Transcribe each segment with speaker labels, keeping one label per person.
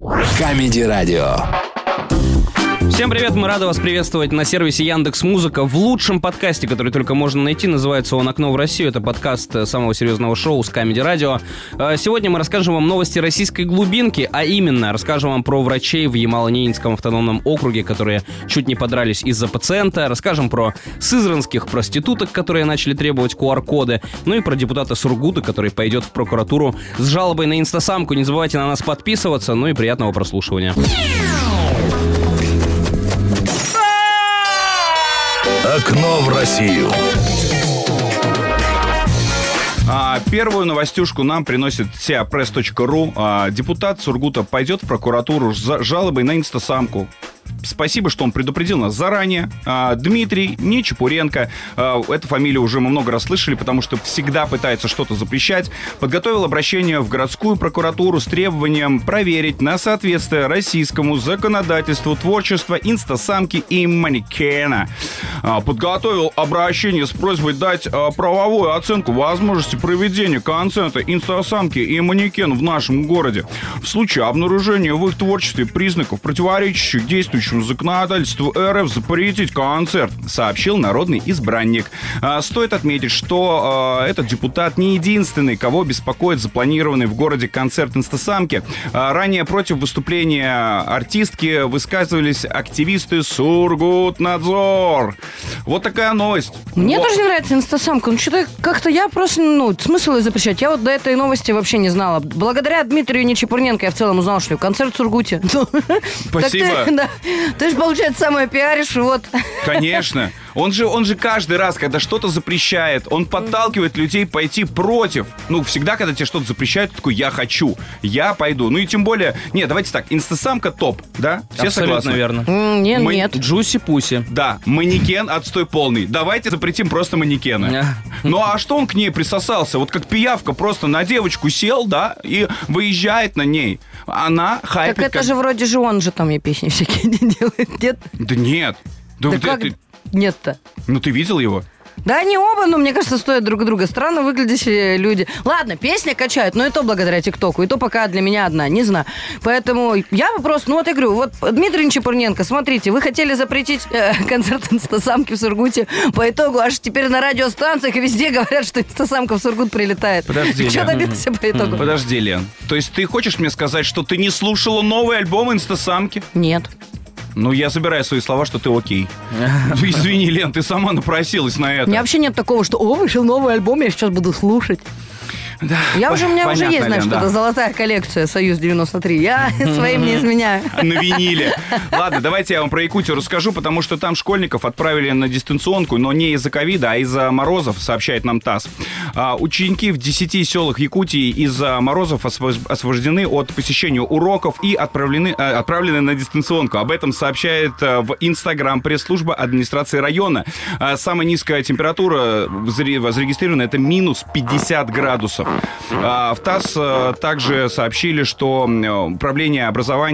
Speaker 1: Камеди-радио.
Speaker 2: Всем привет, мы рады вас приветствовать на сервисе Яндекс.Музыка в лучшем подкасте, который только можно найти. Называется он «Окно в Россию». Это подкаст самого серьезного шоу с Камеди-радио. Сегодня мы расскажем вам новости российской глубинки, а именно расскажем вам про врачей в Ямало-Ненецком автономном округе, которые чуть не подрались из-за пациента. Расскажем про сызранских проституток, которые начали требовать QR-коды. Ну и про депутата Сургута, который пойдет в прокуратуру с жалобой на инстасамку. Не забывайте на нас подписываться. Ну и приятного прослушивания.
Speaker 1: Окно в Россию.
Speaker 3: Первую новостюшку нам приносит seapress.ru. Депутат Сургута пойдет в прокуратуру с жалобой на инстасамку. Спасибо, что он предупредил нас заранее. Дмитрий Нечепуренко, эту фамилию уже мы много раз слышали, потому что всегда пытается что-то запрещать, подготовил обращение в городскую прокуратуру с требованием проверить на соответствие российскому законодательству творчества инстасамки и манекена. Подготовил обращение с просьбой дать правовую оценку возможности проведения концерта инстасамки и манекен в нашем городе. В случае обнаружения в их творчестве признаков, противоречащих действующему законодательству РФ, запретить концерт, сообщил народный избранник. Стоит отметить, что этот депутат не единственный, кого беспокоит запланированный в городе концерт инстасамки. Ранее против выступления артистки высказывались активисты Сургутнадзор. Вот такая новость.
Speaker 4: Мне тоже не нравится инстасамка. Ну, что-то как-то я просто, смысл ее запрещать. Я вот до этой новости вообще не знала. Благодаря Дмитрию Нечепуренко я в целом узнала, что концерт в Сургуте.
Speaker 3: Спасибо.
Speaker 4: Ты же, получается, самое пиаришь, вот.
Speaker 3: Конечно. Он же каждый раз, когда что-то запрещает, он подталкивает людей пойти против. Всегда, когда тебе что-то запрещают, ты такой: я хочу, я пойду. И тем более... Нет, давайте так, инстасамка топ, да? Все
Speaker 2: абсолютно
Speaker 3: согласны?
Speaker 2: Верно.
Speaker 4: Нет.
Speaker 2: Джуси-пуси.
Speaker 3: Да, манекен отстой полный. Давайте запретим просто манекены. А что он к ней присосался? Вот как пиявка просто на девочку сел, да, и выезжает на ней. Она хайпит.
Speaker 4: Так это же вроде же он же там и песни всякие делает, нет?
Speaker 3: Да нет.
Speaker 4: Да как нет-то?
Speaker 3: Ты видел его?
Speaker 4: Да они оба, мне кажется, стоят друг друга. Странно выглядящие люди. Ладно, песни качают, но и то благодаря ТикТоку. И то пока для меня одна, не знаю. Поэтому я бы просто, я говорю, Дмитрий Нечепуренко, смотрите, вы хотели запретить концерт инстасамки в Сургуте. По итогу аж теперь на радиостанциях и везде говорят, что инстасамка в Сургут прилетает.
Speaker 3: Подожди,
Speaker 4: что добился по итогу?
Speaker 3: Подожди, Лен. То есть ты хочешь мне сказать, что ты не слушала новый альбом инстасамки?
Speaker 4: Нет.
Speaker 3: Я забираю свои слова, что ты окей. Извини, Лен, ты сама напросилась на это.
Speaker 4: У меня вообще нет такого, что вышел новый альбом, я сейчас буду слушать.
Speaker 3: Да,
Speaker 4: у меня уже есть,
Speaker 3: Лен,
Speaker 4: что-то золотая коллекция «Союз-93». Я своим не изменяю.
Speaker 3: На виниле. Ладно, давайте я вам про Якутию расскажу, потому что там школьников отправили на дистанционку, но не из-за ковида, а из-за морозов, сообщает нам ТАСС. Ученики в 10 селах Якутии из-за морозов освобождены от посещения уроков и отправлены на дистанционку. Об этом сообщает в Инстаграм пресс-служба администрации района. Самая низкая температура зарегистрирована — это минус 50 градусов. В ТАСС также сообщили, что управлением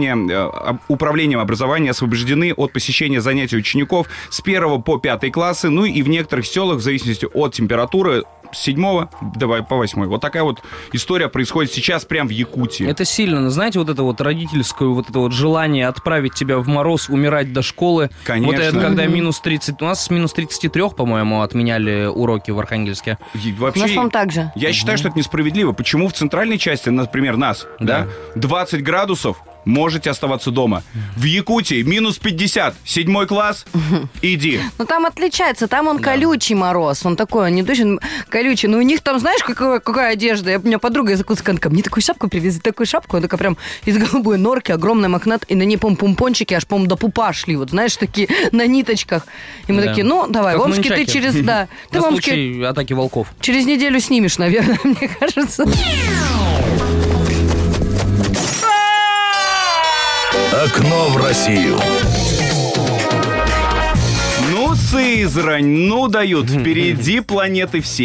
Speaker 3: образования освобождены от посещения занятий учеников с 1 по 5 классы, и в некоторых селах, в зависимости от температуры, с 7 по 8. Вот такая вот история происходит сейчас прямо в Якутии.
Speaker 2: Это сильно. Знаете, родительское желание отправить тебя в мороз, умирать до школы.
Speaker 3: Конечно.
Speaker 2: Вот это когда минус 30... У нас с минус 33, по-моему, отменяли уроки в Архангельске.
Speaker 3: Вообще,
Speaker 4: у нас, по-моему, так же.
Speaker 3: Я считаю, что это несправедливо. Почему в центральной части, например, нас, 20 градусов, можете оставаться дома. В Якутии минус 50, 7 класс, иди.
Speaker 4: Там отличается, там он колючий мороз, он такой, он не точно колючий, но у них там, знаешь, какая одежда? У меня подруга из Якутска, она мне такую шапку привезли, она такая прям из голубой норки, огромный мохнат, и на ней, помпончики аж, до пупа шли, знаешь, такие на ниточках. И мы такие, давай, в Омске ты через... Да, ты в
Speaker 2: Омске атаки волков.
Speaker 4: Через неделю снимешь, наверное, мне кажется.
Speaker 1: Окно в Россию.
Speaker 3: Сызрань, дают. Впереди планеты всей.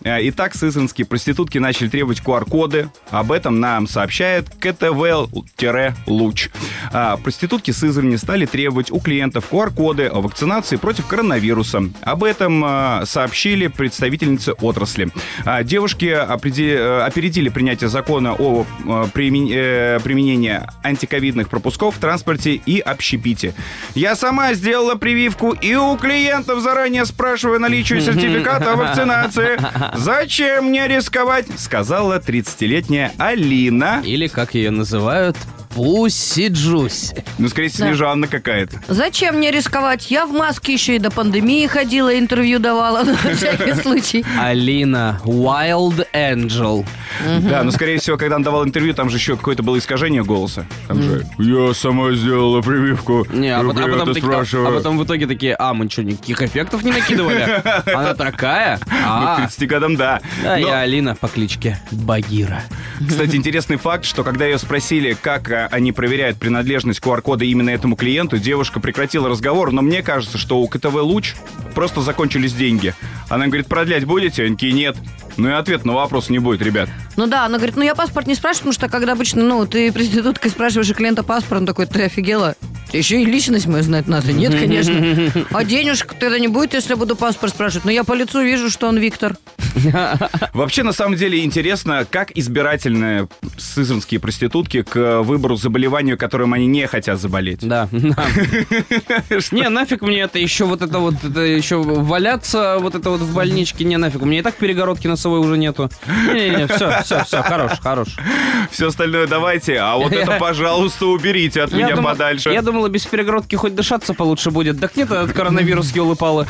Speaker 3: Итак, сызранские проститутки начали требовать QR-коды. Об этом нам сообщает КТВ-Луч. Проститутки Сызрани стали требовать у клиентов QR-коды о вакцинации против коронавируса. Об этом сообщили представительницы отрасли. Девушки опередили принятие закона о применении антиковидных пропусков в транспорте и общепите. Я сама сделала прививку и у клиентов заранее спрашиваю наличие сертификата о вакцинации. Зачем мне рисковать? Сказала 30-летняя Алина.
Speaker 2: Или, как ее называют, Пусси Джусь.
Speaker 3: Ну, скорее всего, Снежанна какая-то.
Speaker 4: Зачем мне рисковать? Я в маске еще и до пандемии ходила, интервью давала, на всякий случай.
Speaker 2: Алина Wild Angel.
Speaker 3: Да, но, скорее всего, когда она давала интервью, там же еще какое-то было искажение голоса. Там же «Я сама сделала прививку».
Speaker 2: Не, а потом в итоге такие: мы что, никаких эффектов не накидывали? Она такая?
Speaker 3: К 30 годам, да.
Speaker 2: Да, я Алина по кличке Багира.
Speaker 3: Кстати, интересный факт, что когда ее спросили, как они проверяют принадлежность QR-кода именно этому клиенту, девушка прекратила разговор, но мне кажется, что у КТВ «Луч» просто закончились деньги. Она говорит: продлять будете? Они такие: нет. Ну и ответ на вопрос не будет, ребят.
Speaker 4: Ну да, она говорит: я паспорт не спрашиваю, потому что когда обычно, ты проституткой спрашиваешь у клиента паспорт, он такой: ты офигела? Еще и личность мою знать надо. Нет, конечно. А денежек тогда не будет, если я буду паспорт спрашивать. Но я по лицу вижу, что он Виктор.
Speaker 3: Вообще, на самом деле, интересно, как избирательны сызранские проститутки к выбору заболеванию, которым они не хотят заболеть.
Speaker 2: Да. Не, нафиг мне это еще еще валяться в больничке. Не, нафиг. У меня и так перегородки носовой уже нету. Не, все, хорош.
Speaker 3: Все остальное давайте, а вот это, пожалуйста, уберите от меня подальше.
Speaker 2: Я думала, без перегородки хоть дышаться получше будет. Так нет, этот коронавирус елы-палы.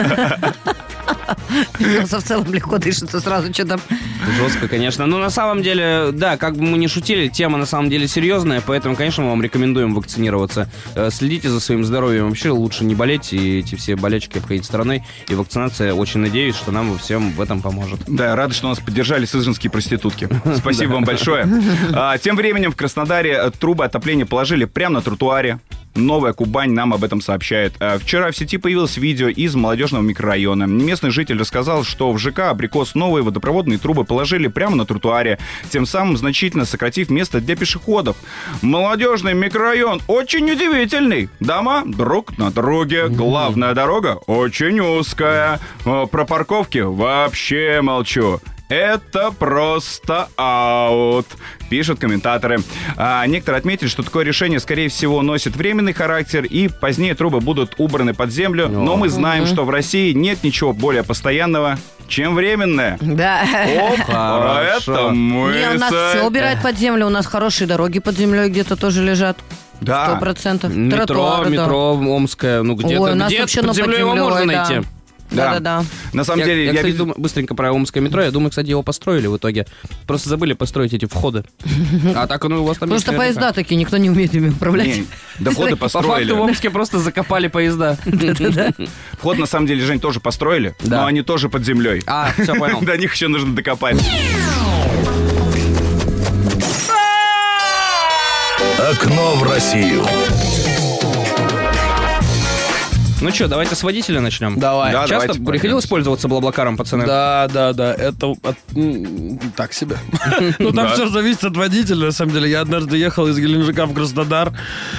Speaker 4: В целом легко дышится сразу, что там.
Speaker 2: Жестко, конечно. Но на самом деле, да, как бы мы ни шутили, тема на самом деле серьезная, поэтому, конечно, мы вам рекомендуем вакцинироваться. Следите за своим здоровьем. Вообще лучше не болеть и эти все болячки обходить стороной. И вакцинация, очень надеюсь, что нам всем в этом поможет.
Speaker 3: Да, рады, что нас поддержали сызранские проститутки. Спасибо вам большое. Тем временем в Краснодаре трубы отопления положили прямо на тротуаре. Новая Кубань нам об этом сообщает. Вчера в сети появилось видео из молодежного микрорайона. Местный житель рассказал, что в ЖК «Абрикос» новые водопроводные трубы положили прямо на тротуаре, тем самым значительно сократив место для пешеходов. Молодежный микрорайон очень удивительный. Дома друг на друге. Главная дорога очень узкая. Про парковки вообще молчу. Это просто аут, пишут комментаторы. Некоторые отметили, что такое решение, скорее всего, носит временный характер, и позднее трубы будут убраны под землю. Но мы знаем, что в России нет ничего более постоянного, чем временное.
Speaker 4: Да.
Speaker 3: Это мысль.
Speaker 4: Не, у нас все убирают под землю, у нас хорошие дороги под землей где-то тоже лежат.
Speaker 3: Да.
Speaker 4: 100%.
Speaker 2: Метро Омское, где-то под землей его можно найти.
Speaker 4: Да.
Speaker 3: На самом деле,
Speaker 2: я кстати, думаю быстренько про Омское метро. Я думаю, кстати, его построили в итоге. Просто забыли построить эти входы. А так у вас там...
Speaker 4: Просто поезда такие, никто не умеет ими управлять.
Speaker 3: Доходы построили.
Speaker 2: По факту в Омске просто закопали поезда.
Speaker 3: Вход, на самом деле, Жень, тоже построили, но они тоже под землей.
Speaker 2: Все, понял.
Speaker 3: До них еще нужно докопать.
Speaker 1: Окно в Россию.
Speaker 2: Ну что, давайте с водителя начнем.
Speaker 5: Давай.
Speaker 3: Да,
Speaker 2: Часто приходилось пользоваться Блаблакаром, пацаны?
Speaker 5: Да. Это так себе. Ну, там все зависит от водителя, на самом деле. Я однажды ехал из Геленджика в Краснодар.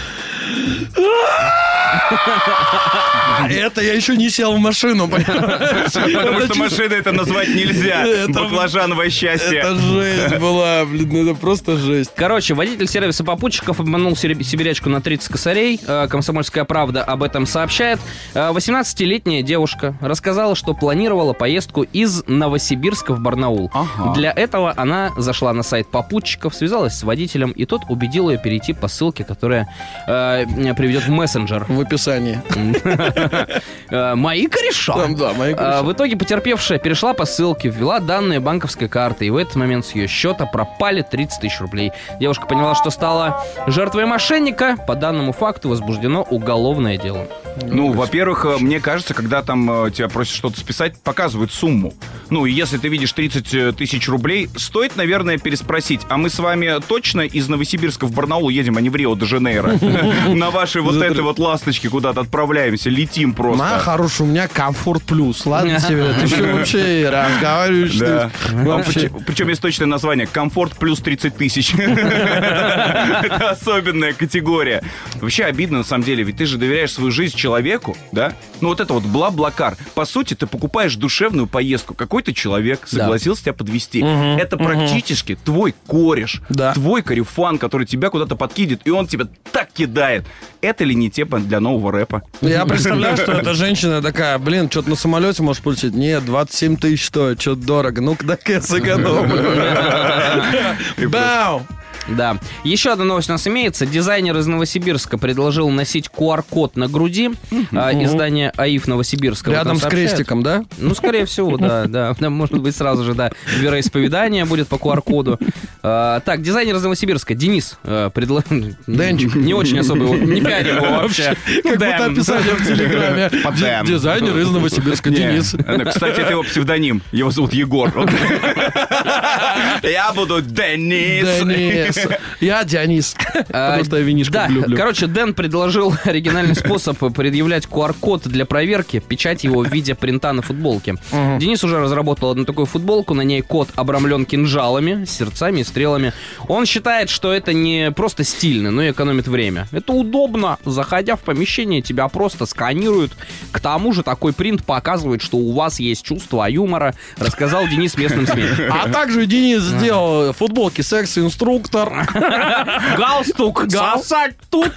Speaker 5: Это я еще не сел в машину, понимаешь?
Speaker 3: Потому что машина это назвать нельзя. Баклажановое счастье.
Speaker 5: Это жесть была, это просто жесть.
Speaker 2: Короче, водитель сервиса попутчиков обманул сибирячку на 30 косарей. «Комсомольская правда» об этом сообщает. 18-летняя девушка рассказала, что планировала поездку из Новосибирска в Барнаул. Для этого она зашла на сайт попутчиков, связалась с водителем, и тот убедил ее перейти по ссылке, которая приведет в мессенджер.
Speaker 5: В описании.
Speaker 2: Мои кореша.
Speaker 5: Да, мои кореша.
Speaker 2: В итоге потерпевшая перешла по ссылке, ввела данные банковской карты, и в этот момент с ее счета пропали 30 тысяч рублей. Девушка поняла, что стала жертвой мошенника. По данному факту возбуждено уголовное дело.
Speaker 3: Ну, во-первых, мне кажется, когда там тебя просят что-то списать, показывают сумму. Ну, и если ты видишь 30 тысяч рублей, стоит, наверное, переспросить, а мы с вами точно из Новосибирска в Барнаул едем, а не в Рио-де-Жанейро? на вашей вот этой вот ласточке куда-то отправляемся, летим просто.
Speaker 5: На, хороший, у меня комфорт плюс. Ладно тебе, ты еще вообще разговариваешь.
Speaker 3: Да.
Speaker 5: Вообще.
Speaker 3: Причем есть точное название. Комфорт плюс 30 тысяч. Это особенная категория. Вообще обидно, на самом деле, ведь ты же доверяешь свою жизнь человеку, да? Ну вот это вот бла-блакар. По сути, ты покупаешь душевную поездку. Какой-то человек согласился тебя подвезти. Это практически твой кореш, твой корефан, который тебя куда-то подкидит, и он тебя так кидает. Это ли не тема для нового рэпа?
Speaker 5: Я представляю, что эта женщина такая, блин, что-то на самолете можешь получить. Нет, 27 тысяч стоит, что-то дорого. Ну-ка, так я сэкономлю. Бау!
Speaker 2: Да. Еще одна новость у нас имеется. Дизайнер из Новосибирска предложил носить QR-код на груди. Издание АИФ Новосибирска.
Speaker 5: Рядом с крестиком, да?
Speaker 2: Ну, скорее всего, да. Может быть, сразу же, да, вероисповедание будет по QR-коду. Так, дизайнер из Новосибирска, Денис, предложил...
Speaker 5: Денчик.
Speaker 2: Не очень особо его, не пиарим его вообще.
Speaker 5: Как будто описание в Телеграме. Дизайнер из Новосибирска, Денис.
Speaker 3: Кстати, это его псевдоним. Его зовут Егор. Я буду Денис.
Speaker 5: Я Дионис, потому что я винишко люблю.
Speaker 2: Короче, Дэн предложил оригинальный способ предъявлять QR-код для проверки, печать его в виде принта на футболке. Денис уже разработал одну такую футболку, на ней код обрамлен кинжалами, сердцами и стрелами. Он считает, что это не просто стильно, но и экономит время. Это удобно. Заходя в помещение, тебя просто сканируют. К тому же такой принт показывает, что у вас есть чувство юмора, рассказал Денис местным СМИ.
Speaker 5: А также Денис сделал футболки секс-инструктор.
Speaker 2: Галстук. Сосать тут.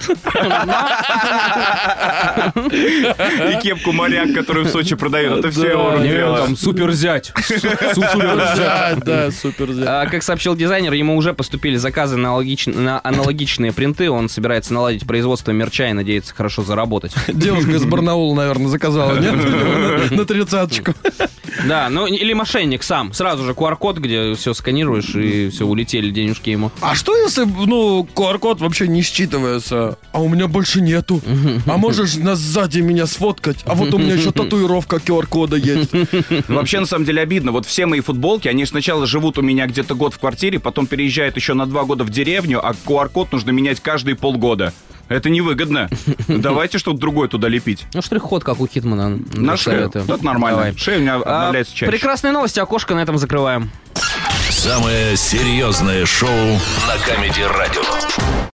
Speaker 3: И кепку моряк, которую в Сочи продают. Это все его рук дело.
Speaker 2: Там суперзять.
Speaker 5: Да, суперзять.
Speaker 2: Как сообщил дизайнер, ему уже поступили заказы на аналогичные принты. Он собирается наладить производство мерча и надеется хорошо заработать.
Speaker 5: Девушка из Барнаула, наверное, заказала, нет? На 30-очку.
Speaker 2: Да, ну или мошенник сам. Сразу же QR-код, где все сканируешь, и все, улетели денежки ему.
Speaker 5: А что если, QR-код вообще не считывается, а у меня больше нету? А можешь сзади меня сфоткать? А вот у меня еще татуировка QR-кода есть.
Speaker 3: Вообще, на самом деле, обидно. Вот все мои футболки, они сначала живут у меня где-то год в квартире, потом переезжают еще на 2 года в деревню, а QR-код нужно менять каждые полгода. Это невыгодно. Давайте что-то другое туда лепить.
Speaker 2: Ну, штрих-код, как у Хитмана.
Speaker 3: На шею. Это нормально.
Speaker 2: Давай.
Speaker 3: Шея у меня обновляется чаще.
Speaker 2: Прекрасные новости. Окошко на этом закрываем.
Speaker 1: Самое серьезное шоу на Камеди Радио.